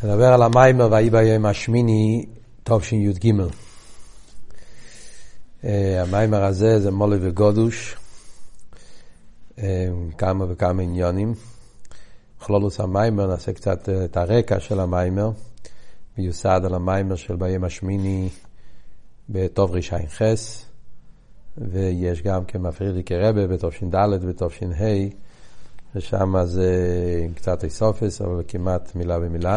נדבר על המיימר ויהי ביום השמיני תשי"ג. המיימר הזה זה מולי וגודוש, כמה וכמה עניונים. בכלולוס המיימר נעשה קצת את הרקע של המיימר, מיוסד על המיימר של ביום השמיני בטוב רישיין חס, ויש גם כמפרידיקי רבה בתש"ד ובתש"ה, ושם זה קצת איסופס, אבל כמעט מילה במילה.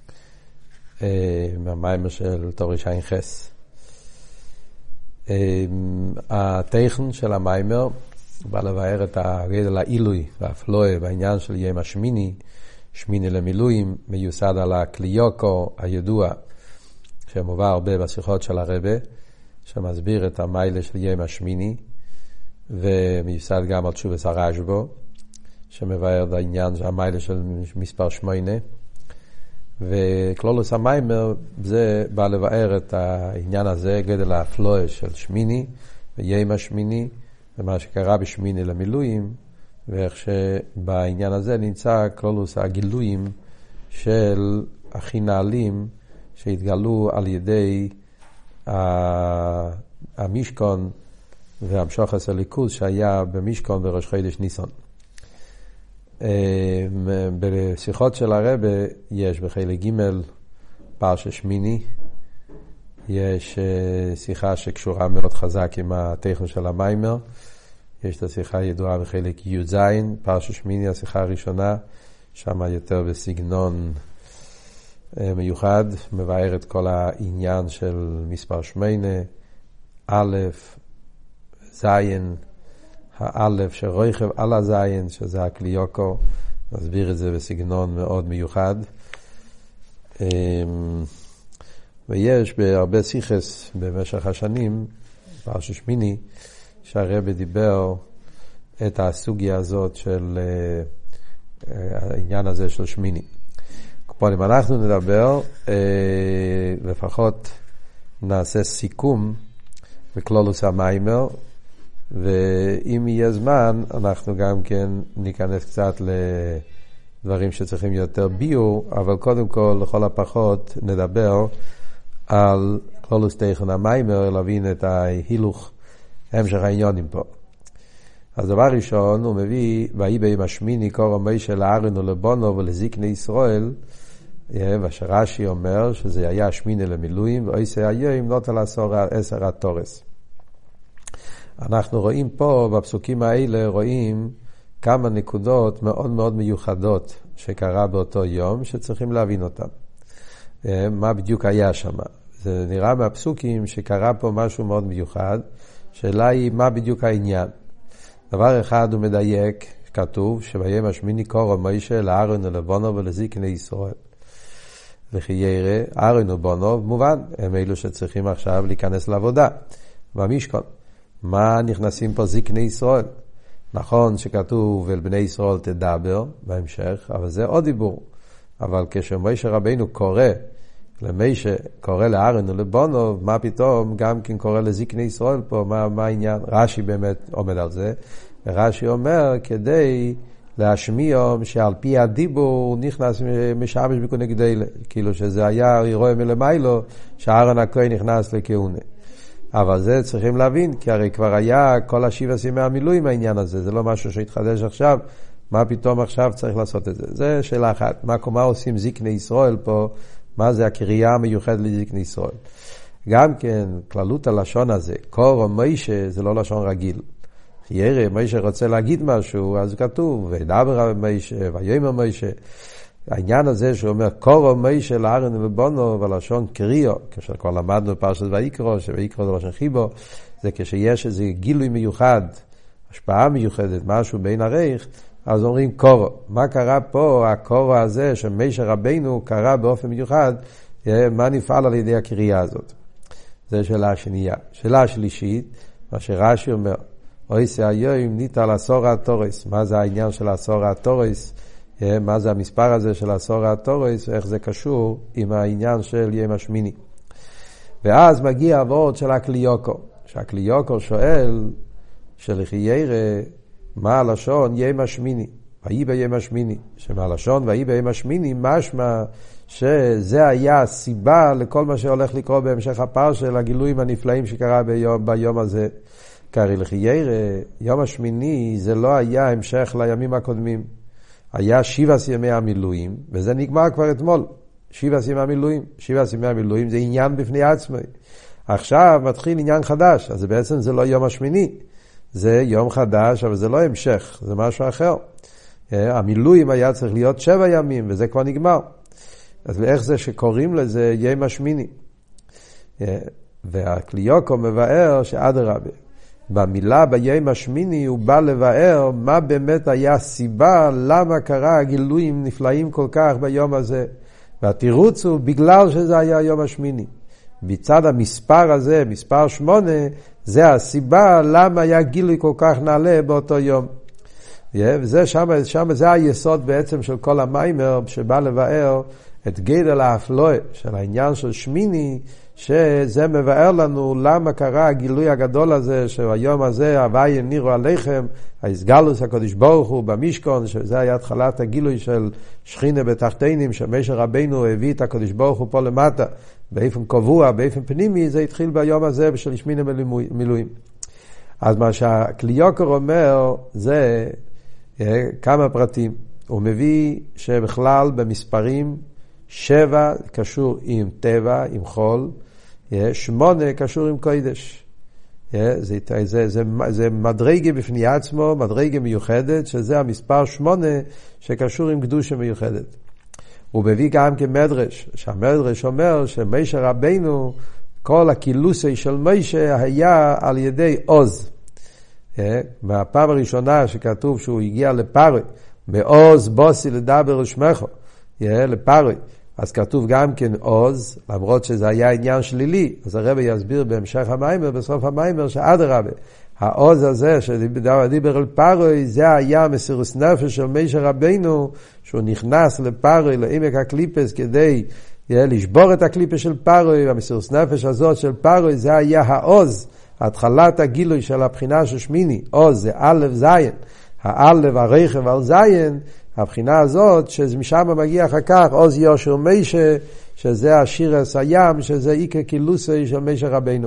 מהמיימר של טוב רישיין חס. הטכן של המיימר בא לבאר את הגדל העילוי והפלואה בעניין של יום השמיני, שמיני למילואים, מיוסד על הקליוקו הידוע שמובא הרבה בשיחות של הרבה, שמסביר את המיילה של יום השמיני, ומיוסד גם על תשובס הרשב"א שמבאר את העניין של המיילה של מספר 8. וכלולוס המיימר זה בא לבאר את העניין הזה, גדל האפלואה של שמיני ויום השמיני ומה שקרה בשמיני למילואים, ואיך שבעניין הזה נמצא כלולוס הגילויים של הכי נעלים שהתגלו על ידי המשכון והמשוחס הליכוז שהיה במשכון בראש חודש ניסן. בשיחות של הרבה יש בחלק ג' פרשת שמיני, יש שיחה שקשורה מאוד חזק עם הטכן של המיימר. יש את השיחה הידועה בחלק י"ז, פרשת שמיני, השיחה הראשונה, שם יותר בסגנון מיוחד, מבאר את כל העניין של מספר 8, א', זין, האלף שרויחב על הזין, שזה הקליוקו, נסביר את זה בסגנון מאוד מיוחד. ויש בהרבה שיחס במשך השנים, פרשת שמיני, שהרבא דיבר את הסוגיה הזאת של העניין הזה של שמיני. אם אנחנו נדבר, לפחות נעשה סיכום בכלולוס המיימר, ואם יהיה זמן, אנחנו גם כן ניכנס קצת לדברים שצריכים יותר ביור, אבל קודם כל, לכל הפחות, נדבר על כלולוס טכן המיימר, להבין את ההילוך, המשך העניונים פה. אז דבר ראשון, הוא מביא, ויהי ביום השמיני קורא מוישה לאהרון ולבנו ולזקני ישראל, ואשר רש"י אומר שזה היה שמיני למילואים, ועושה היום נוטל 10 התורס. אנחנו רואים פה, בפסוקים האלה, רואים כמה נקודות מאוד מאוד מיוחדות שקרה באותו יום, שצריכים להבין אותם. מה בדיוק היה שם? זה נראה מהפסוקים שקרה פה משהו מאוד מיוחד. שאלה היא, מה בדיוק העניין? דבר אחד הוא מדייק, כתוב, שביום השמיני קורא מוישה לאהרון ולבנו ולזקני ישראל. וכי ירא, אהרון ובנו, מובן, הם אלו שצריכים עכשיו להיכנס לעבודה, במשכן. מה נכנסים פה זקני ישראל? נכון שכתוב אל בני ישראל תדבר בהמשך, אבל זה עוד דיבור. אבל כשמוישה רבינו קורא למוישה, קורא לאהרון ולבנו, מה פתאום גם כן קורא לזקני ישראל פה? מה העניין? רש"י באמת עומד על זה, ורש"י אומר כדי להשמיע שעל פי הדיבור נכנס משמש בכהונה גדולה, כאילו שזה היה רואה מלמיילו שאהרון הכהן נכנס לכהונה. אבל זה צריכים להבין, כי הרי כבר היה כל 7 ימי המילואים העניין הזה, זה לא משהו שהתחדש עכשיו, מה פתאום עכשיו צריך לעשות את זה? זה שאלה אחת, מה עושים זקני ישראל פה, מה זה הקריאה המיוחדת לזקני ישראל? גם כן, כללות הלשון הזה, קורא מוישה, זה לא לשון רגיל. ירא, מוישה רוצה להגיד משהו, אז כתוב, וידבר מוישה, ויאמר מוישה. העניין הזה שאומר, קורא מוישה לאהרון ולבנו, ולשון קריאו, כשכבר למדנו פרשת ויקרא, שויקרא זה לשון חיבו, זה כשיש איזה גילוי מיוחד, השפעה מיוחדת, משהו בין הרייך, אז אומרים קורא. מה קרה פה, הקורא הזה, שמוישה רבינו קרא באופן מיוחד, מה נפעל על ידי הקריאה הזאת? זו שאלה השנייה. שאלה השלישית, מה שרש"י אומר, עושה היום ניטל 10 התורס. מה זה העניין של 10 התורס? מה זה המספר הזה של 10 התורס, ואיך זה קשור עם העניין של יום השמיני. ואז מגיע הוורד של הקליוקו, שהקליוקו שואל, שלכי ירא, מה הלשון יום השמיני? ויהי ביום השמיני, שמהלשון ויהי ביום השמיני משמע שזה היה הסיבה לכל מה שהולך לקרות בהמשך הפרשה, לגילויים הנפלאים שקרה ביום הזה. קרי לחיירא, יום השמיני זה לא היה המשך לימים הקודמים. היה 7 ימי המילואים, וזה נגמר כבר אתמול. 7 ימי המילואים. 7 ימי המילואים זה עניין בפני עצמי. עכשיו מתחיל עניין חדש, אז בעצם זה לא יום השמיני. זה יום חדש, אבל זה לא המשך, זה משהו אחר. המילואים היה צריך להיות 7 ימים, וזה כבר נגמר. אז איך זה שקוראים לזה יום השמיני? והקליוקו מבאר שאדרבה. במילה ביום השמיני הוא בא לבאר מה באמת היה הסיבה למה קרה גילויים נפלאים כל כך ביום הזה. והתירוץ הוא בגלל שזה היה יום השמיני. בצד המספר הזה, מספר 8, זה הסיבה למה היה גילוי כל כך נעלה באותו יום. וזה שם זה היסוד בעצם של כל המיימר שבא לבאר את גדל האפלואה של העניין של שמיני, שזה מבאר לנו למה קרה הגילוי הגדול הזה, שהיום הזה הווי נירו עליכם, ההסגלוס הקדוש ברוך הוא במשכון, שזה היה התחלת הגילוי של שכינה בתחתינים, שמשה רבינו הביא את הקדוש ברוך הוא פה למטה, באופן קבוע, באופן פנימי, זה התחיל ביום הזה של שמיני מילואים. אז מה שהקליוקר אומר זה כמה פרטים. הוא מביא שבכלל במספרים 7 קשור עם טבע, עם חול, 8 קשור עם קודש. זה מדרגה בפני עצמו, מדרגה מיוחדת, שזה המספר 8 שקשור עם קדושה מיוחדת. הוא מביא גם כמדרש, שהמדרש אומר שמשה רבינו, כל הקילוסי של משה היה על ידי עוז. מהפעם הראשונה שכתוב שהוא הגיע לפרעה, מעוז בוסי לדבר שמך, לפרעה. אז כתוב גם כן עוז, למרות שזה היה עניין שלילי. אז הרבי יסביר בהמשך המיימר, בסוף המיימר, שאדרבה, העוז הזה שדיבר על פרעה, זה היה מסירות נפש של משה רבינו, שהוא נכנס לפרעה, לעמק הקליפס, כדי לשבור את הקליפס של פרעה, והמסירות נפש הזאת של פרעה, זה היה העוז, התחלת הגילוי של הבחינה של שמיני. עוז זה א' זין, האלף הרחב על זין, הבחינה הזאת, שמשם מגיע אחר כך עוז יושר משה, שזה השירס הים, שזה איקה קילוסי של משה רבינו.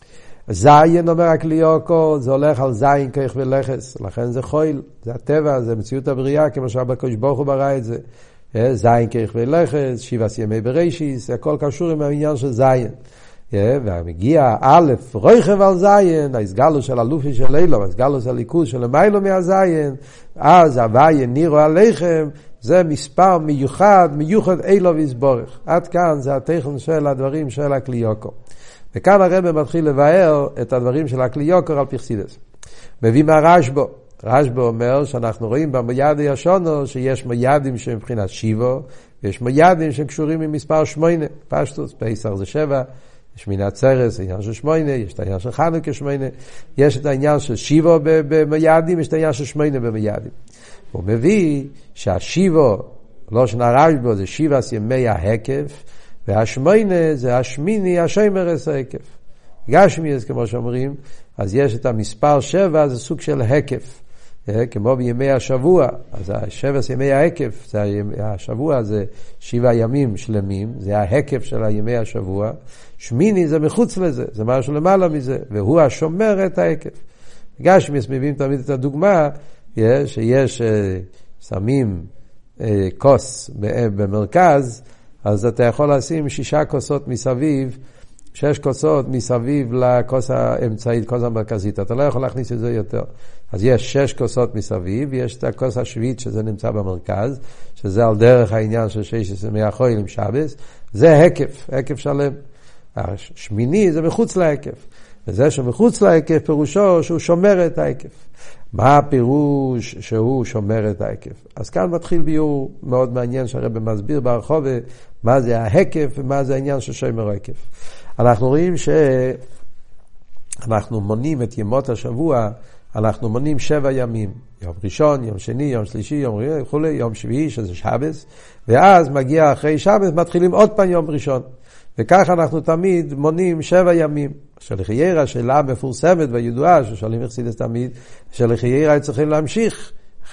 זין, אומר הקליוקו, זה הולך על זין כך ולחס, לכן זה חויל, זה הטבע, זה מציאות הבריאה, כמו שהקדוש ברוך הוא ברא את זה. זין כך ולחס, 7 ימי בראשיס, הכל קשור עם העניין של זין. ומגיע א' רוחב על זין, ההסגלוס של אלופי של אילו, ההסגלוס הליכוז של המיילו מהזין, אז הווי נירו עליכם, זה מספר מיוחד אילו ויסבורך. עד כאן זה התכן של הדברים של הקליוקו. וכאן הרב מתחיל לבאר את הדברים של הקליוקו על פרסידס. מביא מהרשב"א. רשב"א אומר שאנחנו רואים במיידי השונו שיש מיידים שמבחינת שיבו, ויש מיידים שקשורים עם מספר 8, פשטוס, פסח זה 7, יש מן עצרס, העניין של 8, יש את העניין של חנוכה 8, יש את העניין של שיבו במיידים, יש את העניין של 8 במיידים. הוא מביא שהשיבו, לא שנרשב"א, זה 7 ימי ההקף, והשמונה זה השמיני השמרס ההקף. גשמיאס, כמו שאומרים, אז יש את המספר 7, זה סוג של הקף. כמו בימי השבוע, אז 7 ימי ההקף, השבוע זה 7 ימים שלמים, זה ההקף של ימי השבוע. שמיני זה מחוץ לזה, זה משהו למעלה מזה, והוא השומר את ההקף. גשמיאס מביאים תמיד את הדוגמה, שיש שמים כוס במרכז, אז אתה יכול לשים 6 כוסות מסביב, 6 כוסות מסביב לכוס האמצעית, כוס המרכזית. אתה לא יכול להכניס את זה יותר. אז יש 6 כוסות מסביב, ויש את הכוס השביעית שזה נמצא במרכז, שזה על דרך העניין של 16 ימי החול עם שבס. זה הקף, הקף שלם. השמיני זה מחוץ להקף. וזה שמחוץ להקף פירושו שהוא שומר את ההקף. מה הפירוש שהוא שומר את ההקף? אז כאן מתחיל ביור מאוד מעניין שהרב מסביר ברחוב מה זה ההקף ומה זה העניין של שומר ההקף. אנחנו רואים שאנחנו מונים את ימות השבוע, אנחנו מונים 7 ימים. יום ראשון, יום שני, יום שלישי, יום רביעי, וכולי, יום שביעי שזה שבס, ואז מגיע אחרי שבס, מתחילים עוד פעם יום ראשון. וכך אנחנו תמיד מונים 7 ימים. שלחיירה, שאלה מפורסמת וידועה, ששואלים מחסידס תמיד, שלחיירה צריכים להמשיך.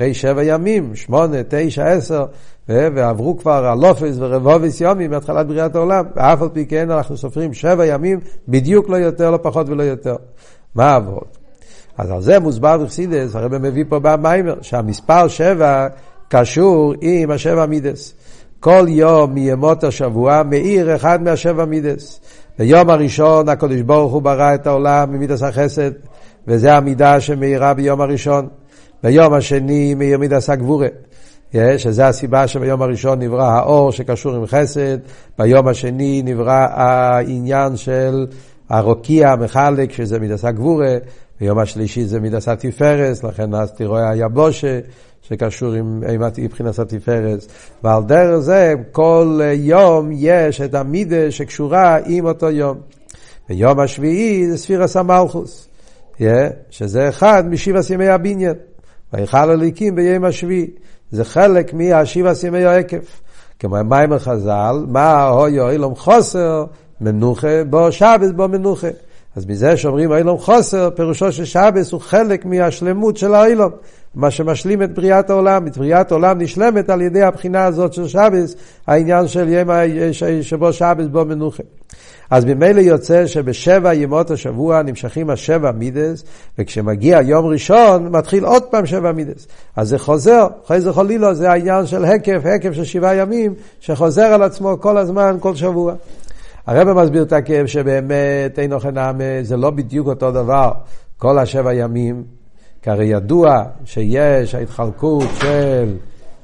אחרי 7 ימים, 8, 9, 10, ועברו כבר הלופס ורבובס יומים מהתחלת בריאת העולם, ואף על פי כן אנחנו סופרים 7 ימים, בדיוק לא יותר, לא פחות ולא יותר. מה עבוד? אז על זה מוסבר בחסידות, הרב מביא פה במיימר, שהמספר 7 קשור עם 7 מידס. כל יום מימות השבוע מאיר אחד מה7 מידס. ביום הראשון הקדוש ברוך הוא ברא את העולם ממידס החסד, וזה המידה שמאירה ביום הראשון. ביום השני מאיר מידס הגבורה, שזה הסיבה שביום הראשון נברא האור שקשור עם חסד, ביום השני נברא העניין של הרוקיע המחלק שזה מידס הגבורה, ביום השלישי זה מידס התפארת, לכן אז תראה היבושה שקשור עם מבחינת התפארת, ועל דרך זה כל יום יש את המידה שקשורה עם אותו יום. ביום השביעי זה ספירס המלכוס, שזה אחד משבעת ימי הבניין, ויכל הליקים ביום השביעי, זה חלק מהשבעת ימי העקף. כמו מים החז"ל, מה הויו אילום חוסר מנוחה בו שבת בו מנוחה. אז מזה שאומרים אילום חוסר, פירושו ששבת הוא חלק מהשלמות של האילום, מה שמשלים את בריאת העולם. את בריאת העולם נשלמת על ידי הבחינה הזאת של שבת, העניין של יום שבו שבת בו מנוחה. אז במילא יוצא שבשבע ימות השבוע נמשכים 7 מידס, וכשמגיע יום ראשון מתחיל עוד פעם 7 מידס. אז זה חוזר, חוזר חולילו, זה העניין של הקף של 7 ימים, שחוזר על עצמו כל הזמן, כל שבוע. הרב מסביר את הקף שבאמת אינו חינם, זה לא בדיוק אותו דבר, כל 7 ימים, כי הרי ידוע שיש ההתחלקות של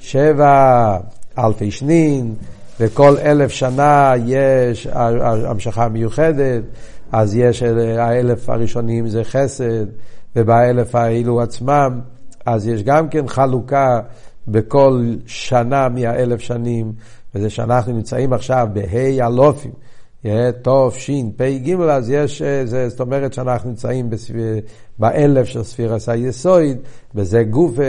7,000 שנין, וכל 1,000 שנה יש המשכה מיוחדת, אז יש 1,000 הראשונים זה חסד, וב1,000 האלו עצמם, אז יש גם כן חלוקה בכל שנה 100,000 שנים, וזה שאנחנו נמצאים עכשיו בהי אלופים, טוב, שין, פי גימל, אז יש, זאת אומרת שאנחנו נמצאים ב1,000 של ספירס היסויד, וזה גופה,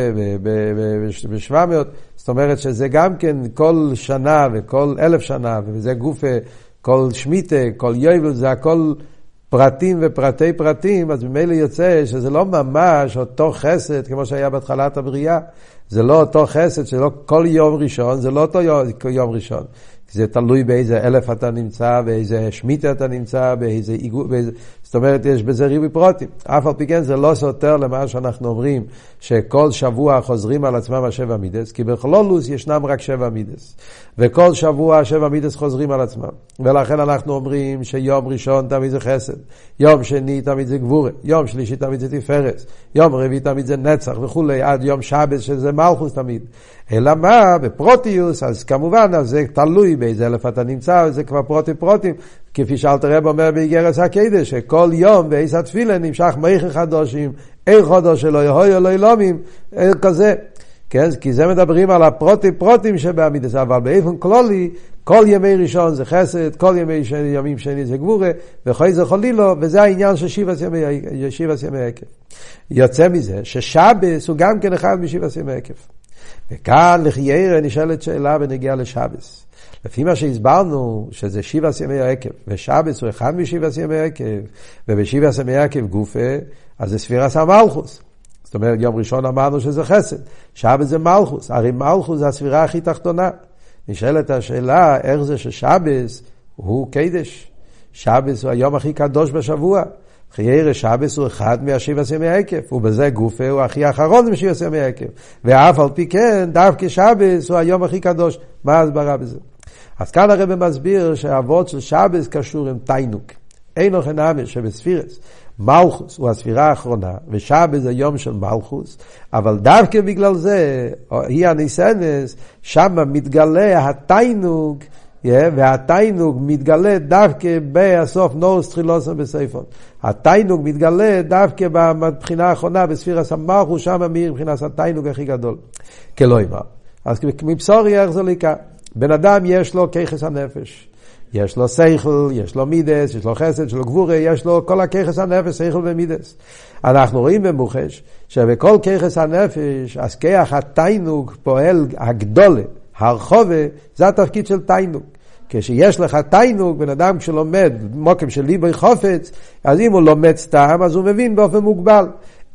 ב700, זאת אומרת שזה גם כן כל שנה וכל 1,000 שנה, וזה גופה, כל שמיטה, כל יובל, זה הכל פרטים ופרטי פרטים, אז ממילא יוצא שזה לא ממש אותו חסד כמו שהיה בהתחלת הבריאה, זה לא אותו חסד שלא כל יום ראשון, זה לא אותו יום ראשון. זה תלוי באיזה 1,000 אתה נמצא, באיזה שמיטה אתה נמצא, באיזה זאת אומרת, יש בזה ריבוי פרוטים. אף על פי כן זה לא סותר למה שאנחנו אומרים, שכל שבוע חוזרים על עצמם 7 מידס, כי בכלולוס ישנם רק 7 מידס. וכל שבוע 7 מידס חוזרים על עצמם. ולכן אנחנו אומרים שיום ראשון תמיד זה חסד, יום שני תמיד זה גבורה, יום שלישי תמיד זה תפארת, יום רביעי תמיד זה נצח וכולי, עד יום שבת שזה מלכוס תמיד. אלא מה? בפרוטיוס, אז כמובן, אז זה תלוי באיזה 1,000 אתה נמצא, זה כבר פרוטים, כפי שאלתר רב אומר באיגרס הקדש, שכל יום בעיס התפילה נמשך מייך חדושים, חודש שלא יהיו לא ילומים, כזה. כן? כי זה מדברים על הפרוטים שבעמידס, אבל באופן כללי, כל ימי ראשון זה חסד, כל ימים שני זה גבורה, וכל זה חולילו, וזה העניין של 7 ימי עקב. יוצא מזה ששבס הוא גם כן אחד מ7 ימי עקב. וכאן לחיירה נשאלת שאלה בנגיעה לשבס. לפי מה שהסברנו שזה 7 ימי העקב, ושבס הוא אחד מ7 ימי העקב, וב7 ימי העקב גופה, אז זה ספירס המלכוס. זאת אומרת, יום ראשון אמרנו שזה חסד, שבס זה מלכוס, הרי מלכוס זה הספירה הכי תחתונה. נשאלת השאלה, איך זה ששבס הוא קדש? שבס הוא היום הכי קדוש בשבוע. חיירה שבס הוא אחד מ7 ימי העקב, ובזה גופה הוא הכי אחרון מ7 ימי העקב. ואף על פי כן, דווקא שבס הוא היום הכי קדוש. מה ההסברה בזה? אז כאן הרב מסביר שהאבות של שבס קשור עם תיינוק. אין אוכל נאמר שבספירס מלכוס הוא הספירה האחרונה, ושבס זה יום של מלכוס, אבל דווקא בגלל זה, היא הניסנס, שם מתגלה התיינוק, והתיינוק מתגלה דווקא בסוף נורס תחילוסם בסייפון. התיינוק מתגלה דווקא בבחינה האחרונה, בספירס המלכוס, שם מאיר מבחינת התיינוק הכי גדול. כלא אמר. אז מבשורי איך זה ליקה. בן אדם יש לו כיחס הנפש. יש לו שכל, יש לו מידס, יש לו חסד, יש לו גבורה, יש לו כל הכיחס הנפש, שכל ומידס. אנחנו רואים במוחש שבכל כיחס הנפש, אז כיח התיינוק פועל הגדולה, הרחובה, זה התפקיד של תיינוק. כשיש לך תיינוק, בן אדם כשלומד מוקם של ליבי חופץ, אז אם הוא לומד סתם, אז הוא מבין באופן מוגבל.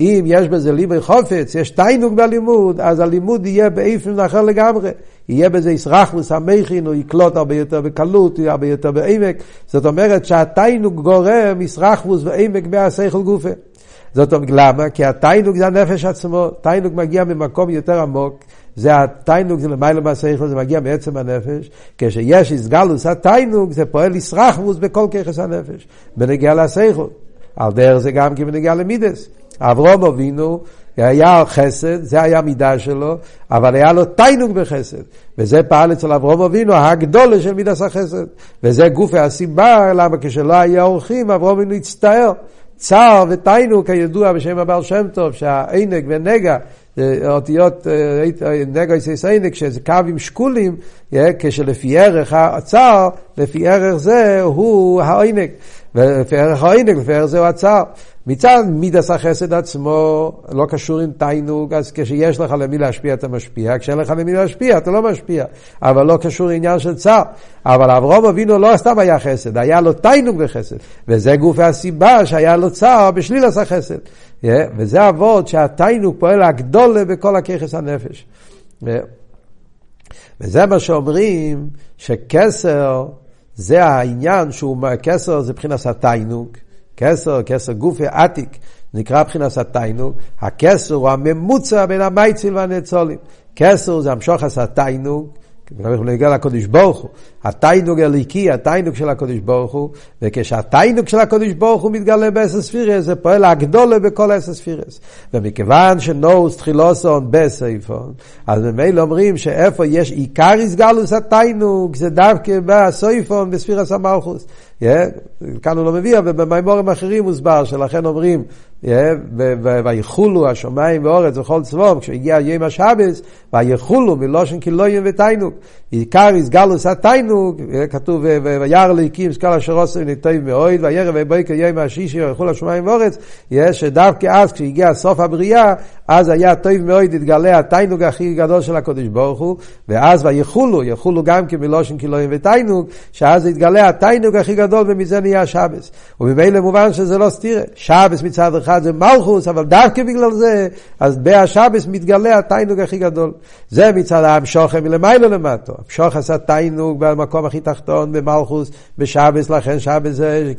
אם יש בזה ליבי חופץ, יש תיינוג בלימוד, אז הלימוד יהיה באיפן אחר לגמרי. יהיה בזה ישרחלוס המכין, הוא יקלוט הרבה יותר בקלות, יהיה הרבה יותר בעמק. זאת אומרת שהתיינוג גורם ישרחלוס ועמק בהשכל גופה. זאת אומרת, למה? כי התיינוג זה הנפש עצמו. תיינוג מגיע ממקום יותר עמוק. זה התיינוג, זה למעלה מהשכל, זה מגיע מעצם הנפש. כשיש הסגלוס התיינוג, זה פועל ישרחלוס בכל כיחס הנפש. בנגיע להשכל. על דרך זה גם כי בנגיע למידס. אברהם אבינו היה חסד, זה היה מידה שלו, אבל היה לו תיינוג בחסד. וזה פעל אצל אברהם אבינו הגדולה של מידס החסד. וזה גוף הסיבה, למה כשלא היה אורחים, אברהם אבינו הצטער. צער ותיינוג, כידוע בשם הבעל שם טוב, שהעינג ונגע, אותיות נגע יסייס עינג, שזה קווים שקולים, כשלפי ערך הצער, לפי ערך זה הוא העינג. ולפי ערך העינג, לפי ערך זה הוא הצער. מצד מידס החסד עצמו לא קשור עם תיינוג, אז כשיש לך למי להשפיע אתה משפיע, כשאין לך למי להשפיע אתה לא משפיע, אבל לא קשור עניין של צער. אבל אברהם אבינו לא סתם היה חסד, היה לו תיינוג בחסד, וזה גוף הסיבה שהיה לו צער בשלילת החסד. וזה עבוד שהתיינוג פועל הגדול בכל הכיחס הנפש. וזה מה שאומרים שקסר זה העניין שהוא, קסר זה בחינת התיינוג, קסר גופי עתיק, נקרא בחינת התיינוג. הקסר הוא הממוצע בין המייציל והנצולים. קסר זה המשוך התיינוג, אנחנו נגיע לקודש ברוך הוא. התיינוג אליקי, התיינוג של הקודש ברוך הוא, וכשהתיינוג של הקודש ברוך הוא מתגלה בעשר ספירס, זה פועל הגדולה בכל עשר ספירס. ומכיוון שנוס תחילוסון בסייפון, אז ממילא אומרים שאיפה יש עיקר הסגלוס התיינוג, זה דווקא בסייפון בספירס המלכוס. כאן הוא לא מביא, אבל במיימורים אחרים מוסבר, שלכן אומרים, ויחולו השמיים ואורץ וכל צבום, כשהגיע יום השבס, ויחולו מלושן כילויים ותיינוג. עיקר הסגלוס התיינוג, כתוב, וירא אלוקים כל אשר עושה ונטוב מאוד, וירא ובוקר יום השישי ויחולו השמיים ואורץ, שדווקא אז כשהגיע סוף הבריאה, אז היה טוב מאוד, התגלה התיינוג הכי גדול של הקדוש ברוך הוא, ואז יחולו גם כמלושן כילויים ותיינוג, שאז התגלה התיינוג הכי גדול, ומזה נהיה השבס. וממילא מובן שזה לא סתירה. שבס מצד אחד זה מלכוס, אבל דווקא בגלל זה, אז בהשבס מתגלה התיינוג הכי גדול. זה מצד המשוך מלמעלה למטה. המשוך עשה תיינוג במקום הכי תחתון, במלכוס, בשבס, לכן שבס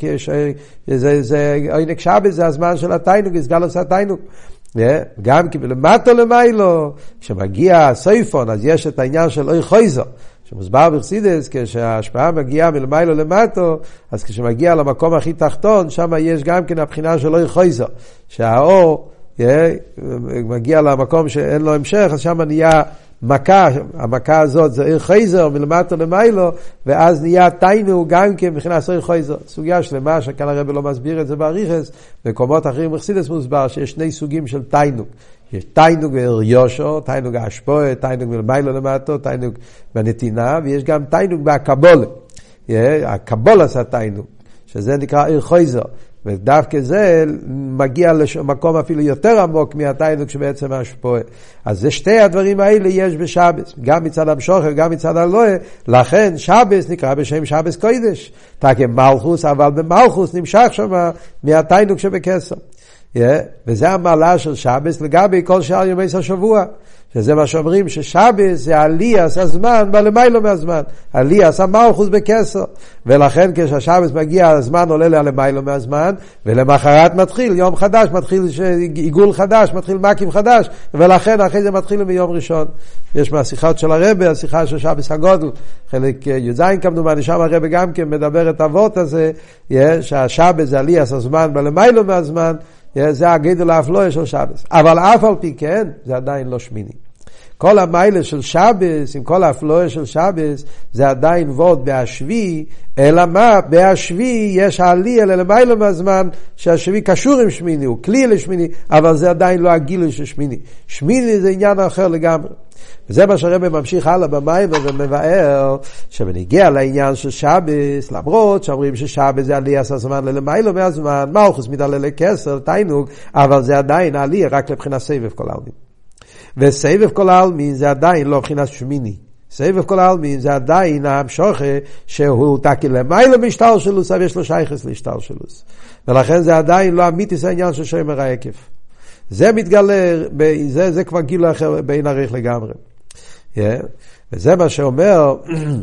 זה עינק שבס, זה הזמן של התיינוג, הסגל עושה התיינוג. גם כי למטה למעלה, כשמגיע הסייפון, אז יש את העניין של אוי חויזו, שמוסבר בחסידות, כשההשפעה מגיעה מלמעלה למטה, אז כשמגיע למקום הכי תחתון, שם יש גם כן הבחינה של אוי חויזו, שהאור מגיע למקום שאין לו המשך, אז שם נהיה מכה, המכה הזאת זה איר חייזר מלמטה למעלה, ואז נהיה תיינוג גם כן מבחינת איר חייזר. סוגיה שלמה שכאן הרב לא מסביר את זה בעריכס, במקומות אחרים בחסידות מוסבר שיש שני סוגים של תיינוג. יש תיינוג ויושו, תיינוג ההשפועה, תיינוג מלמעלה למטה, תיינוג בנתינה, ויש גם תיינוג בהקבולה. הקבולה עשה תיינוג, שזה נקרא איר חייזר. ודווקא זה מגיע למקום אפילו יותר עמוק מהתיינוג שבעצם השפועה. אז זה שתי הדברים האלה יש בשבס, גם מצד המשוכר, גם מצד אלוהי, לכן שבס נקרא בשם שבס קודש. תקם מלכוס, אבל במלכוס נמשך שם מהתיינוג שבקסר. וזה המעלה של שבס לגבי כל שאר ימי השבוע. שזה מה שאומרים ששבס זה עליאס הזמן בלמיילו מהזמן, עליאס המלכוס בקסר, ולכן כשהשבס מגיע הזמן עולה ללמיילו מהזמן, ולמחרת מתחיל יום חדש, מתחיל עיגול חדש, מתחיל מקים חדש, ולכן אחרי זה מתחיל מיום ראשון. יש מהשיחות של הרבי, השיחה של שבס הגודל, חלק י"ז כמדומני, שם הרבי גם כן מדבר את אבות הזה, שהשבס זה עליאס הזמן בלמיילו מהזמן, זה הגדול האפלואה של שבס. אבל אף על פי כן, זה עדיין לא שמיני. כל המיילה של שבס, עם כל האפלואה של שבס, זה עדיין ווד בהשבי, אלא מה? בהשבי יש העלייה למיילה מהזמן, שהשבי קשור עם שמיני, הוא כלי לשמיני, אבל זה עדיין לא הגילוי של שמיני. שמיני זה עניין אחר לגמרי. וזה מה שהרבי ממשיך הלאה במים ומבאר שבנגיע לעניין של שבס, למרות שאומרים ששבס זה עלייה הזמן ללמיילו מהזמן, מלכוס מתעלה לכסר, תיינוג, אבל זה עדיין עלייה רק לבחינת סבב כל העלמין. וסבב כל העלמין זה עדיין לא מבחינת שמיני. סבב כל העלמין זה עדיין המשוכה שהוא תקי למיילו משטר שלוס, אבל יש לו שייכס להשטר שלוס. ולכן זה עדיין לא אמיתיס העניין של שומר ההיקף. זה מתגלה, זה כבר גילוי אחר בין עריך לגמרי. וזה מה שאומר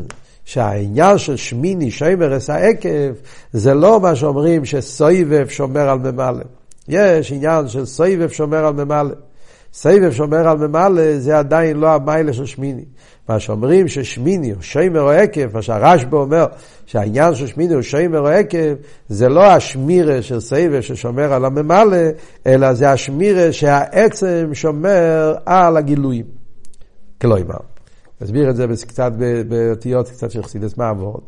שהעניין של שמיני שומר את העקב זה לא מה שאומרים שסויבב שומר על ממלא. יש עניין של סויבב שומר על ממלא. סויבב שומר על ממלא זה עדיין לא המיילה של שמיני. מה שאומרים ששמיני הוא שומר או עקב, מה שהרשב"א אומר שהעניין של שמיני הוא שומר או עקב, זה לא השמירה של סויבב ששומר על הממלא, אלא זה השמירה שהעצם שומר על הגילויים. כלומר, נסביר את זה קצת באותיות, קצת של חסידות מעבורת.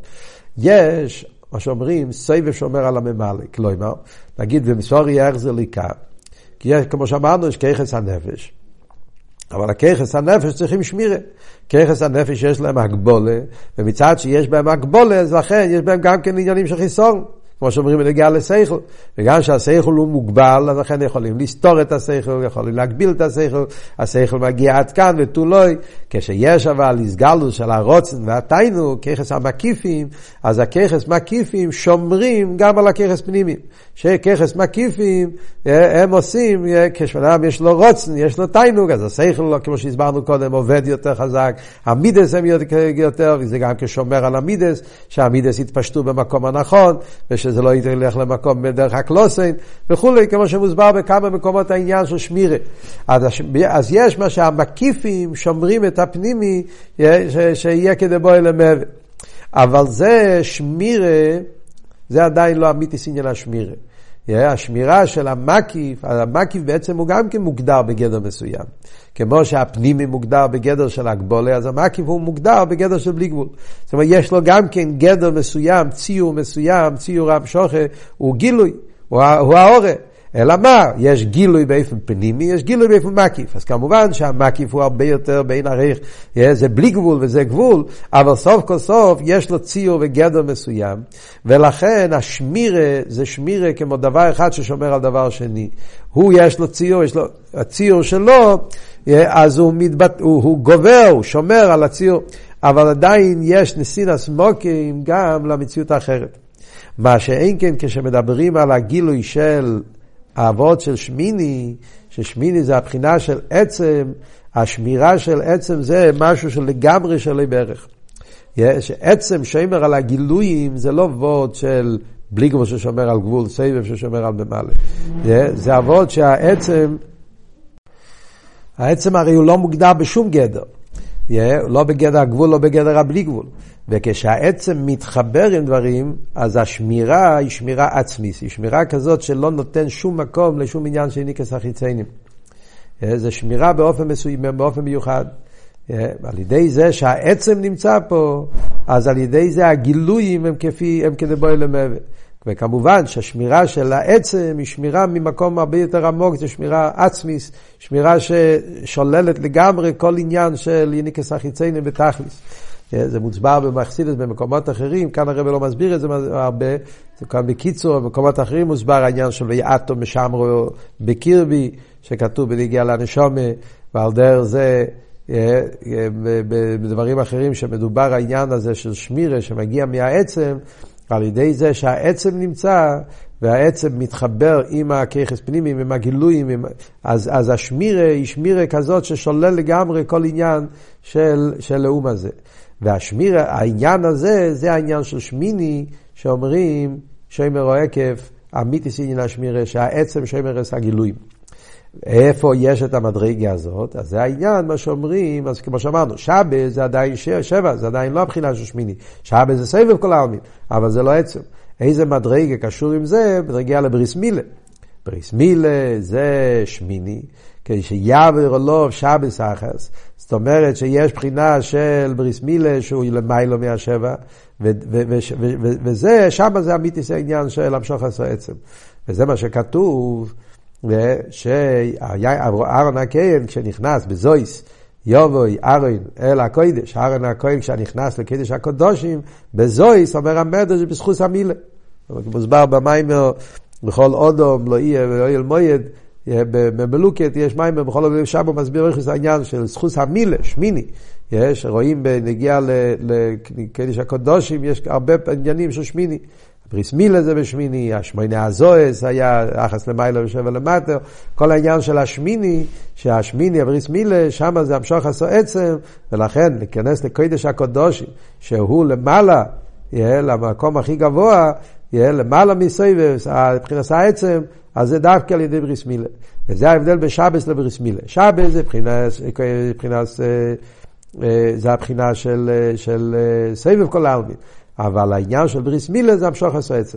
יש, מה שאומרים, סויבב שומר על הממלא. כלומר, נגיד במסורי יחזר ליקה, כי יש, כמו שאמרנו, יש כיחס הנפש. אבל הכיחס הנפש צריכים שמירה. כיחס הנפש יש להם הגבולה, ומצד שיש בהם הגבולה, אז לכן יש בהם גם כן עניינים של חיסון. כמו שאומרים בנגיעה לשכל, וגם שהשכל הוא מוגבל, אז לכן יכולים לסתור את השכל, יכולים להגביל את השכל, השכל מגיע עד כאן ותולוי, כשיש אבל הסגלוס של הרוצן והתיינו, כיחס המקיפים, אז הכיחס מקיפים שומרים גם על הכיחס פנימיים, שכיחס מקיפים הם עושים, כשאדם יש לו רוצן, יש לו תיינוג, אז השכל, כמו שהסברנו קודם, עובד יותר חזק, המידס הם יותר, וזה גם כשומר על המידס, שהמידס יתפשטו במקום הנכון, שזה לא ילך למקום בדרך הקלוסין וכו', כמו שמוסבר בכמה מקומות העניין של שמירה. אז יש מה שהמקיפים שומרים את הפנימי שיהיה כדי בוא אל המוות. אבל זה שמירה, זה עדיין לא אמיתיס עניין השמירה. השמירה של המקיף בעצם הוא גם כן מוגדר בגדר מסוים. כמו שהפנימי מוגדר בגדר של הגבולה, אז המקיף הוא מוגדר בגדר של בלי גבול. זאת אומרת, יש לו גם כן גדר מסוים, ציור המשוכה, הוא גילוי, הוא האורה. אלא מה? יש גילוי באופן פנימי, יש גילוי באופן מקיף. אז כמובן שהמקיף הוא הרבה יותר בין עריך, זה בלי גבול וזה גבול, אבל סוף כל סוף יש לו ציור וגדר מסוים, ולכן השמירה זה שמירה כמו דבר אחד ששומר על דבר שני. הוא יש לו ציור, יש לו, הציור שלו, אז הוא גובר, הוא שומר על הציור, אבל עדיין יש נסינס מוקים גם למציאות האחרת. מה שאין כן כשמדברים על הגילוי של העבוד של שמיני, ששמיני זה הבחינה של עצם, השמירה של עצם זה משהו שלגמרי שלי בערך. שעצם שומר על הגילויים זה לא עבוד של בלי גבול ששומר על גבול, סבב ששומר על ממלא. זה עבוד שהעצם, העצם הרי הוא לא מוגדר בשום גדר. לא בגדר הגבול, לא בגדר הבלי גבול. וכשהעצם מתחבר עם דברים, אז השמירה היא שמירה עצמית, היא שמירה כזאת שלא נותן שום מקום לשום עניין של ניקס החיציינים. זה שמירה באופן מסוים, באופן מיוחד. על ידי זה שהעצם נמצא פה, אז על ידי זה הגילויים הם כדי בוא אל המוות. וכמובן שהשמירה של העצם היא שמירה ממקום הרבה יותר עמוק, זה שמירה עצמית, שמירה ששוללת לגמרי כל עניין של ניקס החיציינים בתכלס. זה מוצבר במחסידות במקומות אחרים, כאן הרב לא מסביר את זה הרבה, זה כאן בקיצור, במקומות אחרים מוסבר העניין של ויעתו משמרו בקרבי, שכתוב בנגיעה לנשמה, ועל דרך זה, בדברים אחרים שמדובר העניין הזה של שמירה שמגיע מהעצם, על ידי זה שהעצם נמצא, והעצם מתחבר עם הכיחס פנימיים, עם הגילויים, אז השמירה היא שמירה כזאת ששולל לגמרי כל עניין של לאום הזה. והשמירה, העניין הזה, זה העניין של שמיני, שאומרים שומר או עקב, אמיתיס עניין השמירה, שהעצם שומר את הגילויים. איפה יש את המדרגה הזאת? אז זה העניין, מה שאומרים, אז כמו שאמרנו, שבת זה עדיין שבע, זה עדיין לא הבחינה של שמיני. שבת זה סבב כל העלמין, אבל זה לא עצם. איזה מדרגה קשור עם זה? מדרגה לבריס מילה. בריס מילה זה שמיני, כשיעבר לו שבת סחס. זאת אומרת שיש בחינה של בריס מילה שהוא למיילו מהשבע, וזה, שם זה אמיתיס העניין של המשוך עשר עצם. וזה מה שכתוב, שאהרון הכהן כשנכנס בזויס, יובוי אהרון אל הקודש, אהרון הכהן כשנכנס לקודש הקודשים, בזויס אומר המדרש בזכות המילה. מוסבר במיימר, בכל אודום לא יהיה ולא יהיה מויד, במלוקת יש מיימר, בכל אודום שם הוא מסביר איך זה העניין של זכות המילה, שמיני. יש, רואים בנגיע לקודש הקודשים, יש הרבה עניינים של שמיני. בריס מילה זה בשמיני, השמיני הזוהס היה אחס למיילו ושבע למטה, כל העניין של השמיני, שהשמיני הבריס מילה, שם זה המשוך עשו עצם, ולכן להיכנס לקודש הקודושי, שהוא למעלה, יהיה למקום הכי גבוה, יהיה למעלה מסביב, מבחינת העצם, אז זה דווקא על ידי בריס מילה. וזה ההבדל בשבס לבריס מילה. שבס זה זה הבחינה של סבב כל העלמין. אבל העניין של בריס מילה זה המשוך עשו עצם.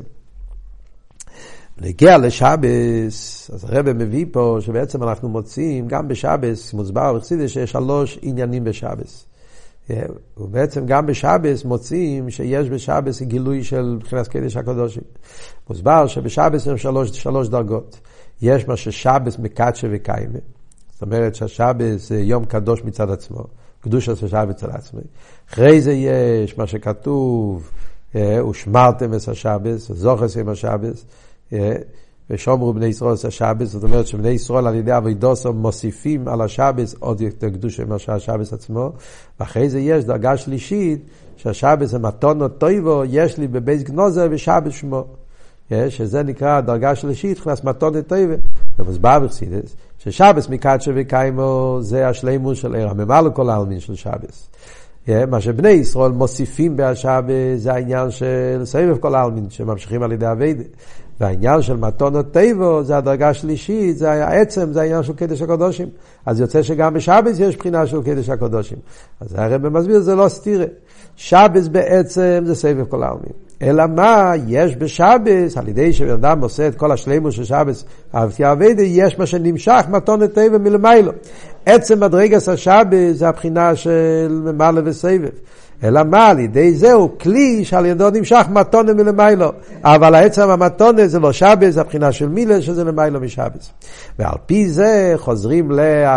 נגיע לשבס, אז הרב מביא פה שבעצם אנחנו מוצאים, גם בשבס, מוסבר בחסידות שיש 3 עניינים בשבס. ובעצם גם בשבס מוצאים שיש בשבס גילוי של מבחינת קודש הקודשים. מוסבר שבשבס יש 3 דרגות. יש מה ששבס מקדשה וקיימה. זאת אומרת שהשבס זה יום קדוש מצד עצמו. קדוש עשה שבס על עצמי. אחרי זה יש מה שכתוב, ושמרתם את השבס, זוכס עם השבס, ושומרו בני ישראל את השבס. זאת אומרת שבני ישראל על ידי עבודתו מוסיפים על השבס עוד יותר קדוש עם השבס עצמו. ואחרי זה יש דרגה שלישית, שהשבס זה מתנות טויבו, יש לי בבית גנוזה ושבס שמו. שזה נקרא דרגה שלישית, נכנס מתנות טויבו. ומוסבר בחסידות ששבס מקדשה וקיימו זה השלימות של עיר הממלא כל העלמין של שבס. מה שבני ישראל מוסיפים בהשבס זה העניין של סבב כל העלמין שממשיכים על ידי עבודה. והעניין של מתנות טבע זה הדרגה השלישית, זה העצם, זה העניין של קודש הקודשים. אז יוצא שגם בשבס יש בחינה של קודש הקודשים. אז הרב מסביר, זה לא סתירה. שבס בעצם זה סבב כל העלמין. אלא מה יש בשבס, על ידי שבן אדם עושה את כל השלימות של שבס, אהבתי עבודה, יש מה שנמשך מתנות טבע מלמיילו. עצם מדרגת השבס זה הבחינה של ממלא וסבב. אלא מה, על ידי זהו כלי שעל ידו נמשך מתונה מלמיילו. אבל העצם המתונה זה לא שבס, זה הבחינה של מילה שזה למיילו משבס. ועל פי זה חוזרים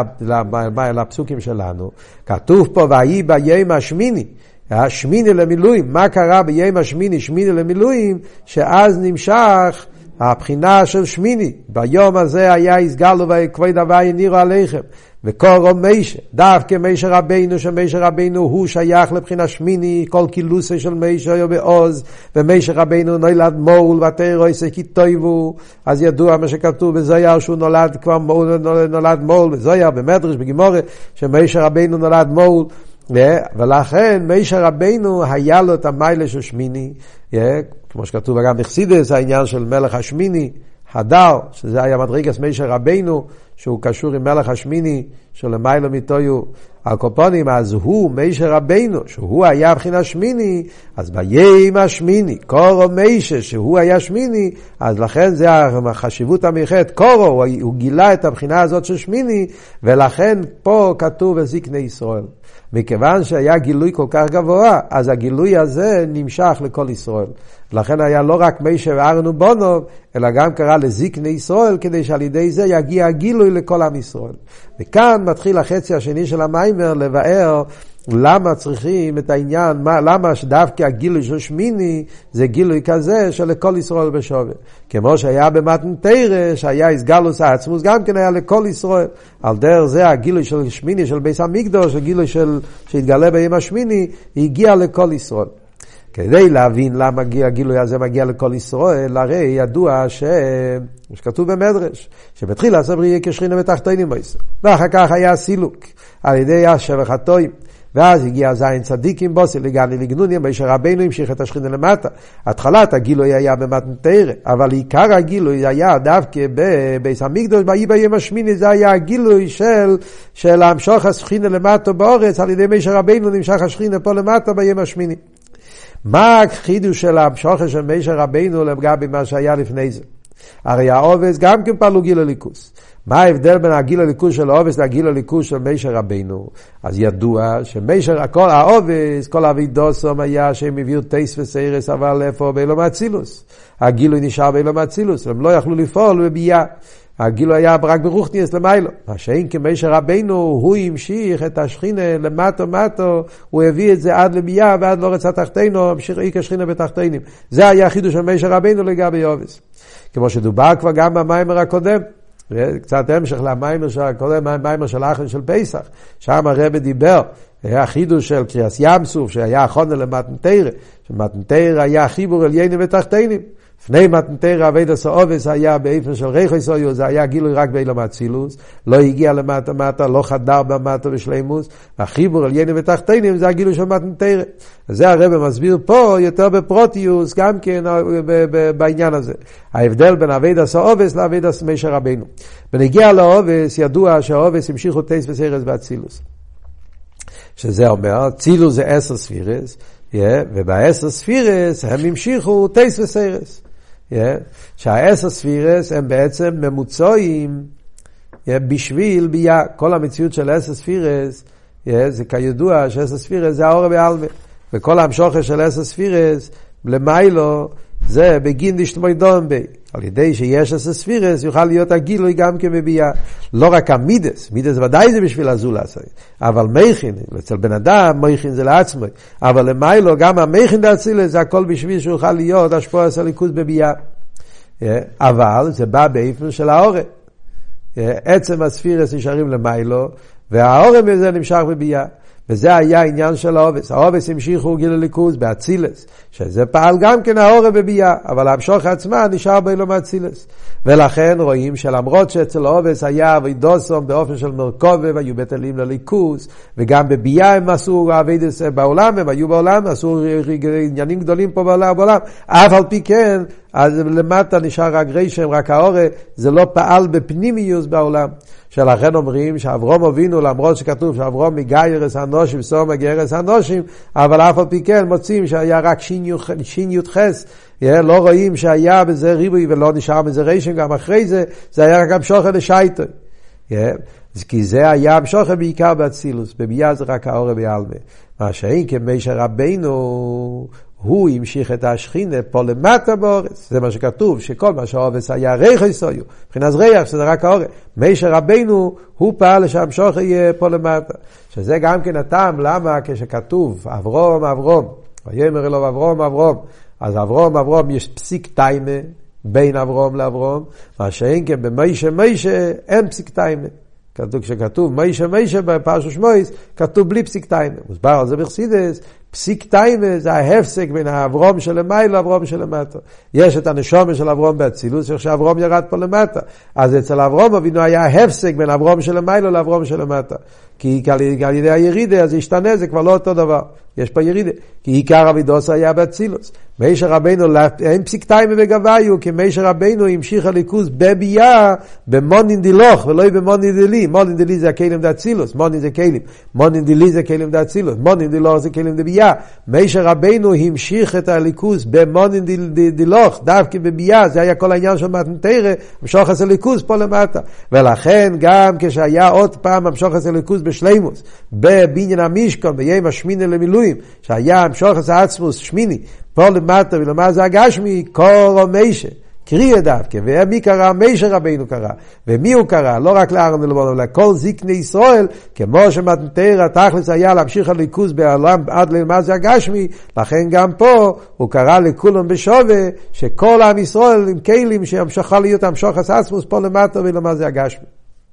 לפסוקים שלנו. כתוב פה, ויהי ביום השמיני. השמיני למילואים. מה קרה ביום השמיני, שמיני למילואים? שאז נמשך הבחינה של שמיני. ביום הזה היה הסגלו וכבוד הווי נירו עליכם. וקורו מיישה, דווקא מיישה רבינו, שמיישה רבינו הוא שייך לבחינה שמיני, כל קילוסי של מיישה היו בעוז, ומיישה רבינו נולד מול, ותארו עשה כי טויבו, אז ידוע מה שכתוב בזויר, שהוא נולד כבר מול, נולד מול, בזויר, במדרש, בגימורת, שמיישה רבינו נולד מול, ולכן מיישה רבינו היה לו את המיילה של שמיני, כמו שכתוב גם בחסידות, העניין של מלך השמיני, הדר, שזה היה מדרגת מיישה רבינו, שהוא קשור עם מלך השמיני, שלמיילו מתויו הקופונים, אז הוא מיישה רבינו, שהוא היה בחינה שמיני, אז ביום השמיני, קורו מיישה, שהוא היה שמיני, אז לכן זה החשיבות המיוחדת, קורו, הוא גילה את הבחינה הזאת של שמיני, ולכן פה כתוב זקני ישראל. מכיוון שהיה גילוי כל כך גבוה, אז הגילוי הזה נמשך לכל ישראל. לכן היה לא רק מיישה ואהרון ובנו, אלא גם קרא לזקני ישראל, כדי שעל ידי זה יגיע הגילוי לכל עם ישראל. וכאן מתחיל החצי השני של המיימר לבאר למה צריכים את העניין, למה שדווקא הגילוי של שמיני זה גילוי כזה שלכל ישראל בשווה. כמו שהיה במתן תורה, שהיה הסגלוס העצמוס, גם כן היה לכל ישראל. על דרך זה הגילוי של שמיני של בית המקדוש, הגילוי שהתגלה ביום השמיני, הגיע לכל ישראל. כדי להבין למה הגילוי הזה מגיע לכל ישראל, הרי ידוע שכתוב במדרש, שבתחיל הסבריה כשכינה בתחתינים מויסר, ואחר כך היה סילוק על ידי השבח הטועים, ואז הגיע זין צדיקים בוסי לגני לגנוני, מיישה רבינו המשיך את השכינה למטה. התחלת הגילוי היה במתן תורה, אבל עיקר הגילוי היה דווקא בבית המקדוש, ביום השמיני זה היה הגילוי של המשוך השכינה למטה באורץ, על ידי מיישה רבינו נמשך השכינה פה למטה ביום השמיני. מה החידוש של המשוך של מיישה רבינו לגבי מה שהיה לפני זה? הרי העובס גם כן פעלו גיל הליכוס. מה ההבדל בין הגיל הליכוס של העובס לגיל הליכוס של מיישה רבינו? אז ידוע שמיישה, כל העובס, כל אבידוסום היה שהם הביאו טייס וסיירס, אבל איפה? באילום האצילוס. הגילוי נשאר באילום האצילוס, הם לא יכלו לפעול בבייה. הגילוי היה רק ברוחניאס למיילו. השאין כמיישה רבינו, הוא המשיך את השכינה למטו, הוא הביא את זה עד לבייה ועד לא רצה תחתינו, המשיך איקה שכינה בתחתינים. זה היה החידוש של מיישה רבינו לגבי עובס. כמו שדובר כבר גם במיימר הקודם, קצת המשך למיימר קודם, מיימר של אחרי של פסח, שם הרב דיבר, היה חידוש של קריאס ים סוף, שהיה חונה למתן תורה, שמתן תורה היה חיבור עליינים ותחתינים, לפני מתן תורה אביידס האובס היה באופן של ריחו סויו, זה היה גילוי רק באילום אצילוס, לא הגיע למטה מטה, לא חדר במטה בשלימוס, החיבור עליינים ותחתינים זה הגילוי של מתן תורה. זה הרב מסביר פה יותר בפרוטיוס, גם כן בעניין הזה. ההבדל בין אביידס האובס לאביידס משה רבינו. בנגיע לאובס, ידוע שהאובס המשיכו טייס וסרס באצילוס. שזה אומר, צילוס זה 10 ספירס, וב10 ספירס הם המשיכו טייס וסרס. שה10 ספירס הם בעצם ממוצעים בשביל ביה. כל המציאות של 10 ספירס, זה כידוע ש10 ספירס זה האור בעלמה. וכל המשוכר של 10 ספירס, למיילו, זה בגין דשתמוי דום בי. על ידי שיש 10 ספירס, יוכל להיות הגילוי גם כמביאה. לא רק המידס, מידס ודאי זה בשביל הזולס. אבל מייכין, אצל בן אדם, מייכין זה לעצמי. אבל למיילו, גם המייכין דאצילה, זה הכל בשביל שיוכל להיות השפוע הסליקוס בביאה. אבל זה בא באיפן של האורה. עצם הספירס נשארים למיילו, והאורה מזה נמשך בביאה. וזה היה העניין של האובס. האובס המשיכו גיל הליכוז באצילס, שזה פעל גם כן האורה בביאה, אבל המשוך עצמה נשאר באילום אצילס. ולכן רואים שלמרות שאצל האובס היה אבידוסום באופן של מרכובה, והיו בטלים לליכוז, וגם בביאה הם עשו אבידס בעולם, הם היו בעולם, עשו עניינים גדולים פה בעולם, אף על פי כן, אז למטה נשאר רק רשם, רק האורה, זה לא פעל בפנימיוס בעולם. שלכן אומרים שאברום אבינו, למרות שכתוב שאברום מגיירס הנושים, סומה גיירס הנושים, אבל אף על פי כן מוצאים שהיה רק שין י"חס, לא רואים שהיה בזה ריבוי ולא נשאר בזה רשם, גם אחרי זה, זה היה גם שוחר לשייטוי. כי זה היה המשוכר בעיקר באצילוס, בביאה זה רק האורה בעלמה. מה שאין כמשה רבינו, הוא המשיך את השכינה פה למטה באורץ. זה מה שכתוב, שכל מה שהאובס היה ריח יסויו, מבחינת ריח, שזה רק האורה. משה רבינו, הוא פעל שהמשוך יהיה פה למטה. שזה גם כן הטעם, למה כשכתוב, אברום, ויאמר אלוהו אברום, אז אברום יש פסיק טיימה, בין אברום לאברום, מה שאין כן במשה אין פסיק טיימה. כשכתוב משה בפרשת שמות, כתוב בלי פסיק טיימה. מוסבר על זה בחסידות, פסיק טיימה זה ההפסק בין האברום של למעלה לאברום של למטה. יש את הנשמה של אברום באצילוס, שאברום ירד פה למטה. אז אצל אברום אבינו היה ההפסק בין אברום של למעלה לאברום של למטה. כי על ידי הירידה אז ישתנה, זה כבר לא אותו דבר. יש פה ירידה. כי עיקר אבידוס היה באצילוס. משה רבינו, אין פסיק טיימה בגביו, כי משה רבינו המשיך הליכוז בביאה, במונין דילוך, ולא במונין דילי. מונין דילי זה הכלים דאצילוס, מונין זה כלים. מונין דילי זה כלים דאצילוס, מונין דילוך זה כלים דביאה. משה רבינו המשיך את הליכוז במונין דילוך, דווקא בביאה, זה היה כל העניין של מתן תורה, המשוך את הליכוז פה למטה. ולכן גם כשהיה עוד פעם המשוך את הליכוז בשלימוס, בבניין המשכן, ביום השמיני למילואים, שהיה המשוך את העצמוס שמיני, פה למטה ולמה זה הגשמי, קורו משה, קריאה דווקא, ומי קרא? משה רבינו קרא. ומי הוא קרא? לא רק לארון אלבון, אלא כל זקני ישראל, כמו שמתן תורה תכלס היה להמשיך הליכוז בעולם עד למה זה הגשמי, לכן גם פה הוא קרא לכולם בשווה, שכל עם ישראל עם כלים שהמשכה להיות המשוך עצמוס פה למטה ולמה זה הגשמי.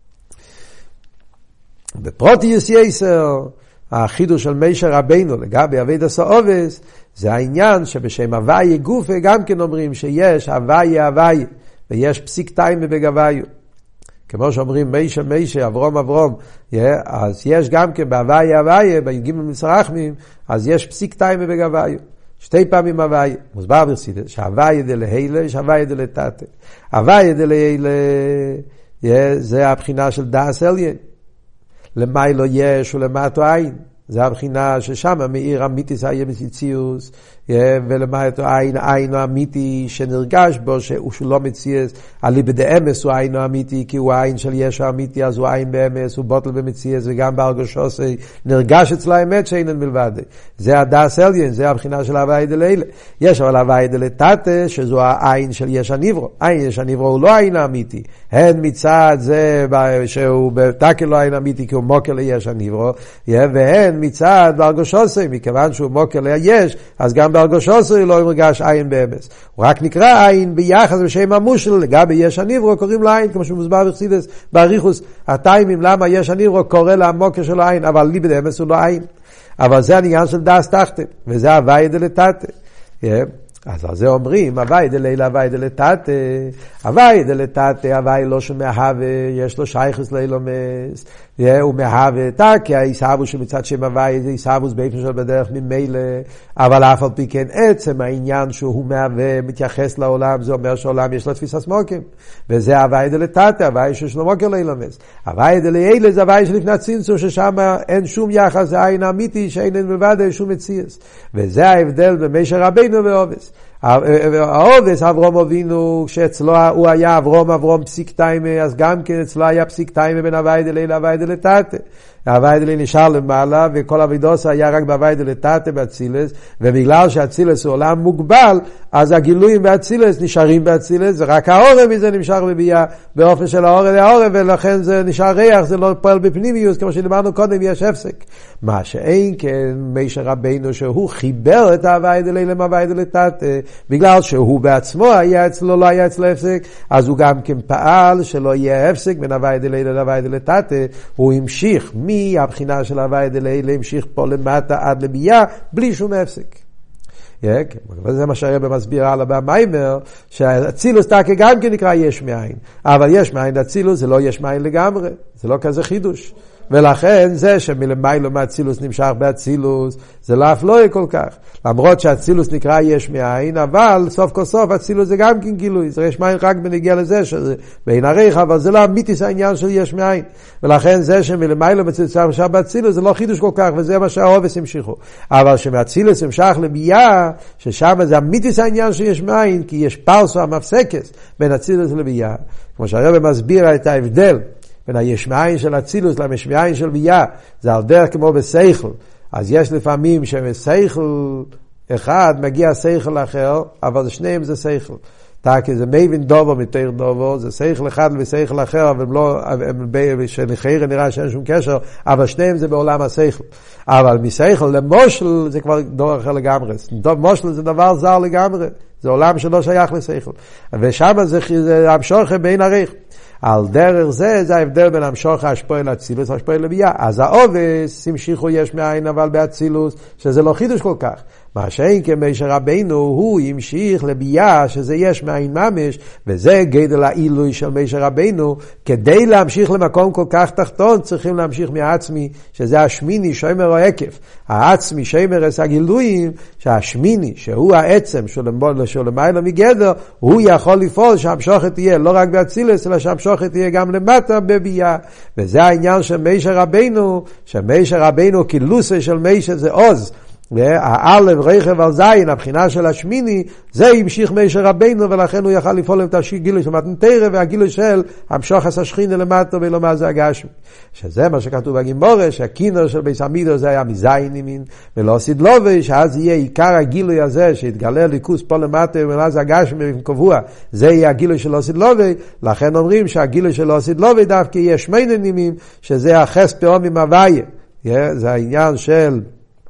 בפרוטיוס יסר, החידוש של משה רבינו לגבי אביידס האובס, זה העניין שבשם הוויה גופה גם כן אומרים שיש הוויה, ויש פסיק טיימה בגביו. כמו שאומרים משה, אברום, אז יש גם כן בהוויה, בי"ג מצרחמים, אז יש פסיק טיימה בגביו. 2 פעמים הוויה. מוסבר בחסידות, שהוויה דלהילה, יש הוויה דלתתא. הוויה דלהילה, זה הבחינה של דאס עליין. למיילו יש ולמטו עין. זה הבחינה ששם מאיר אמיתיס היה מציציוס, ולמטו עין האמיתי שנרגש בו, שהוא לא מציאס, אליבא דאמס הוא עין האמיתי, כי הוא העין של ישו האמיתי, אז הוא עין באמס, הוא בוטל במציאס, וגם בהרגשוסי נרגש אצלה האמת שאינן מלבד. זה הדאס עליין, זה הבחינה של הוויה דלילה. יש אבל הוויה דלתתא, שזו העין של יש הנברו. עין יש הנברו הוא לא העין האמיתי, הן מצד זה שהוא בתקל לא העין האמיתי, כי הוא מוקר ליש הנברו, והן מצד בהרגושוסי, מכיוון שהוא מוקר ליש, אז גם בהרגושוסי לא מרגש עין באמס. הוא רק נקרא עין ביחס בשם המושל, לגבי יש הניברו קוראים לו עין, כמו שמוסבר בחסידות באריכוס, הטיימים למה יש הניברו קורא למוקר שלו עין, אבל לי באמס הוא לא עין. אבל זה העניין של דאס תחתן, וזה הווי דלתתא. אז על זה אומרים, הווי דלילה, הווי דלתתא, הווי דלתתא, הווי לא שמהווה, יש לו שייכוס לאילומס, הוא מהווה תקי, הישאבוס שמצד שם הווי, זה הישאבוס באיפן של בדרך ממילא, אבל אף על פי כן עצם העניין שהוא מהווה, מתייחס לעולם, זה אומר שהעולם יש לו תפיסת מוקים, וזה הווי דלתתא, הווי שיש לו מוקר לאילומס. הווי דלילה זה הווי שלפני הצמצום, ששם אין שום יחס, זה עין אמיתי, שאין מלבד שום מציאס. וזה ההבדל במשה רבינו ועובס. העובס אברום אבינו, שאצלו הוא היה אברום פסיק טיימה, אז גם כן אצלו היה פסיק טיימה בין הווי דלילה להווי דלתתא. הווי דלילה נשאר למעלה, וכל אבידוס היה רק בהווי דלתתא באצילס, ובגלל שהאצילס הוא עולם מוגבל, אז הגילויים באצילס נשארים באצילס, ורק האורם מזה נמשך בביאה, באופן של האורם, ולכן זה נשאר ריח, זה לא פועל בפנימיוס, כמו שדיברנו קודם, יש הפסק. מה שאין כן, משה רבינו, שהוא חיבר את ההווי דלילה להווי דלתתא, בגלל שהוא בעצמו היה אצלו, לא היה אצלו הפסק, אז הוא גם כן פעל שלא יהיה הפסק בין הווי דלילה להווי דלתתא, הוא המשיך מהבחינה של הווי דלילה, המשיך פה למטה עד לביאה, בלי שום הפסק. וזה מה שהרבא מסביר הלאה במיימר, שהאצילוס תקי גם כן נקרא יש מאין, אבל יש מאין אצילוס זה לא יש מאין לגמרי, זה לא כזה חידוש. ולכן זה שמלמיילו מהאצילוס נמשך באצילוס, זה לא אף לא כל כך. למרות שהאצילוס נקרא יש מאין, אבל סוף כל סוף אצילוס זה גם כן גילוי. זה יש מאין רק בנגיע לזה, שזה בין הריח, אבל זה לא אמיתיס העניין של יש מאין. ולכן זה שמלמיילו נמשך באצילוס, זה לא חידוש כל כך, וזה מה שהאובס המשיכו. אבל שמאצילוס המשך לביאה, ששם זה אמיתיס העניין של יש מאין, כי יש פרסו המפסקס בין אצילוס לביאה. כמו שהרבא מסביר את ההבדל בין היש מאין של אצילוס ליש מאין של ביאה, זה על דרך כמו בסייכל. אז יש לפעמים שמסייכל אחד מגיע סייכל אחר, אבל שניהם זה סייכל. כי זה מבין דובו מתאיר דובו, זה סייכל אחד וסייכל אחר, אבל לא, שלחיר נראה שאין שום קשר, אבל שניהם זה בעולם הסייכל. אבל מסייכל למושל זה כבר דור אחר לגמרי. מושל זה דבר זר לגמרי, זה עולם שלא שייך לסייכל. ושם זה המשוך בין הריח. על דרך זה ההבדל בין המשוך השפוע לאצילוס והשפוע לביאה. אז האובס המשיכו יש מאין אבל באצילוס, שזה לא חידוש כל כך. מה שאין כמשה רבינו הוא המשיך לביאה, שזה יש מאין ממש, וזה גדל העילוי של משה רבינו. כדי להמשיך למקום כל כך תחתון צריכים להמשיך מהעצמי, שזה השמיני שומר או עקף. העצמי שומר את הגילויים, שהשמיני שהוא העצם שלמעלה מגדר, הוא יכול לפעול שהמשוכת תהיה לא רק באצילוס אלא שהמשוכת תהיה גם למטה בביאה. וזה העניין של משה רבינו, שמשה רבינו כילוסה של משה זה עוז, והאלף רכב על זין, הבחינה של השמיני, זה המשיך משה רבינו, ולכן הוא יכל לפעול את הגילוי של מתן תורה, והגילוי של המשוחס השכינה למטה ולומר זה הגשמי. שזה מה שכתוב בגימורה, שהכינור של ביס המידו זה היה מזין ימין, ולא סדלובי, שאז יהיה עיקר הגילוי הזה, שהתגלה ליכוס פה למטה ולומר זה הגשמי קבוע, זה יהיה הגילוי של לא סדלובי. לכן אומרים שהגילוי של לא סדלובי דווקא יהיה שמונה נימים, שזה החס פעמים הוויה. זה העניין של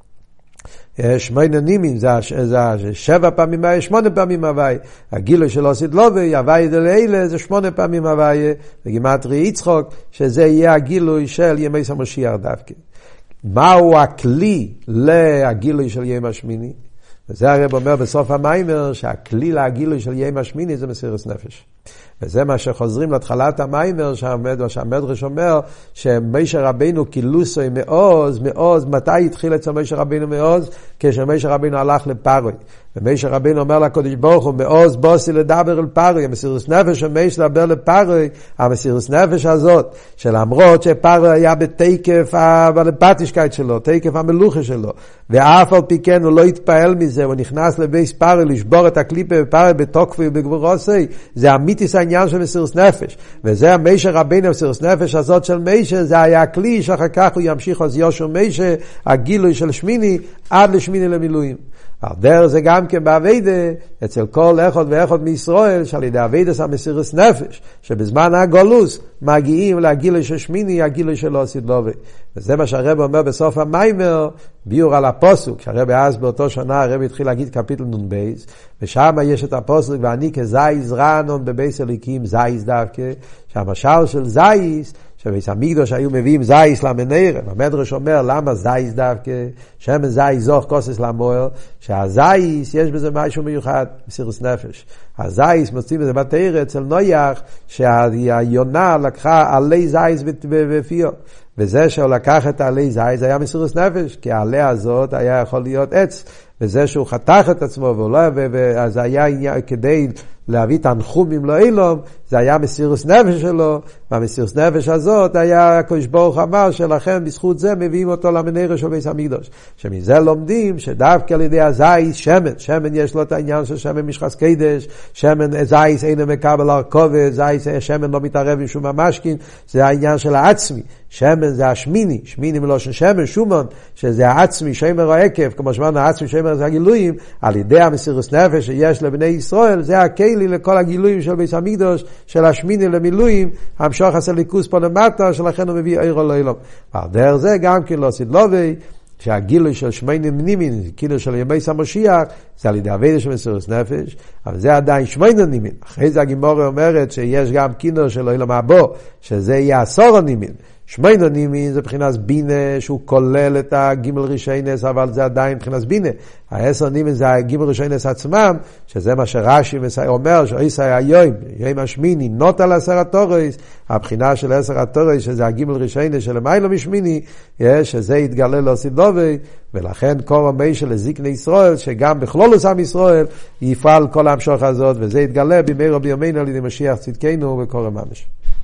שמונה נימים, זה 7 פעמים הוויה, 8 פעמים הוויה. הגילוי של עושית לובי, הוויה דלילה, זה 8 פעמים הוויה. וגימטרי יצחוק, שזה יהיה הגילוי של ימי המשיח דווקא. מהו הכלי להגילוי של ימי השמיני? וזה הרב אומר בסוף המיימר, שהכלי להגילוי של ימי השמיני זה מסירות נפש. וזה מה שחוזרים להתחלת המיימר, שהמדרש אומר שמשה רבינו כילוסוי מעוז, מתי התחיל אצל משה רבינו מעוז? כשמשה רבינו הלך לפרוי. ומשה רבינו אומר לקדוש ברוך הוא, מעוז בוסי לדבר אל פרוי. המסירות נפש של משה לדבר לפרוי, המסירות נפש הזאת, שלמרות שפרוי היה בתקף הלפטישקייט שלו, תקף המלוכה שלו, ואף על פי כן הוא לא התפעל מזה, הוא נכנס לבייס פרוי לשבור את הקליפה בפרוי בתוקפו ובגבורוסי, זה אמיתיס העניין של מסירות נפש. וזה המשה רבינו, מסירות נפש הזאת של משה, זה היה הכלי שאחר כך הוא ימשיך אז יושר משה, הגילוי של שמיני, עד לשמיני למילואים. על דרך זה גם כן בעבודה, אצל כל אחד ואחד מישראל, שעל ידי עבודת המסירות נפש, שבזמן הגולוס מגיעים לגילוי של שמיני, הגילוי שלא עשית לובה. וזה מה שהרב אומר בסוף המיימר, ביור על הפוסוק, שהרב אז באותו שנה, הרב התחיל להגיד קפיטל נון בייס, ושם יש את הפוסק, ואני כזייז רענון בבייס הליקים, זייז דווקא, שהמשל של זייז, שבייס המקדוש היו מביאים זייס למנהרה. המדרש אומר למה זייס דווקא, שמן זייס זוך כוסס למוער, שהזייס יש בזה משהו מיוחד, מסירות נפש. הזייס מוצאים בזה בתורה אצל נויח, שהיונה לקחה עלי זייס בפיו. וזה שהוא לקח את העלי זייס היה מסירות נפש, כי העלי הזאת היה יכול להיות עץ. וזה שהוא חתך את עצמו, אז היה כדי להביא תנחומים לאילום, זה היה מסירות נפש שלו, והמסירות נפש הזאת היה הקדוש ברוך אמר שלכן בזכות זה מביאים אותו למנהרה של בית המקדוש. שמזה לומדים שדווקא על ידי הזייס שמן יש לו את העניין של שמן משחס קדש, שמן זייס אינו מקבל הרכובת, זייס שמן לא מתערב עם שום המשכין, זה העניין של העצמי. שמן זה השמיני, שמיני מלושן שמן, שומון, שזה העצמי, שמר העקב, כמו שמענו העצמי, שמר זה הגילויים, על ידי המסירות נפש שיש לבני ישראל, זה הכלי לכל הגילויים של בית המקדוש, של השמיני למילואים, המשוך הסליקוס פה למטה, שלכן הוא מביא עיר לעולם. ועל דרך זה גם כן לא עשית לובי, שהגילוי של שמיינים נימין, גילוי של ימי המשיח, זה על ידי עבודה של מסירות נפש, אבל זה עדיין שמיינים נימין. אחרי זה הגימורה אומרת שיש גם גילוי של עולם הבא, שזה יהיה 10 נימין. שמיינו נימין זה מבחינת בינה, שהוא כולל את הגימל רישיינס, אבל זה עדיין מבחינת בינה. 10 נימין זה הגימל רישיינס עצמם, שזה מה שרש"י אומר, שאיסא היום, יום השמיני, נוט על 10 התורס, הבחינה של 10 התורס, שזה הגימל רישיינס של מיילו משמיני, שזה יתגלה לא סידובי, ולכן כל רמי של זקני ישראל, שגם בכלולוס עם ישראל, יפעל כל המשוך הזאת, וזה יתגלה במהרה בימינו על ידי משיח צדקנו וקורא ממש.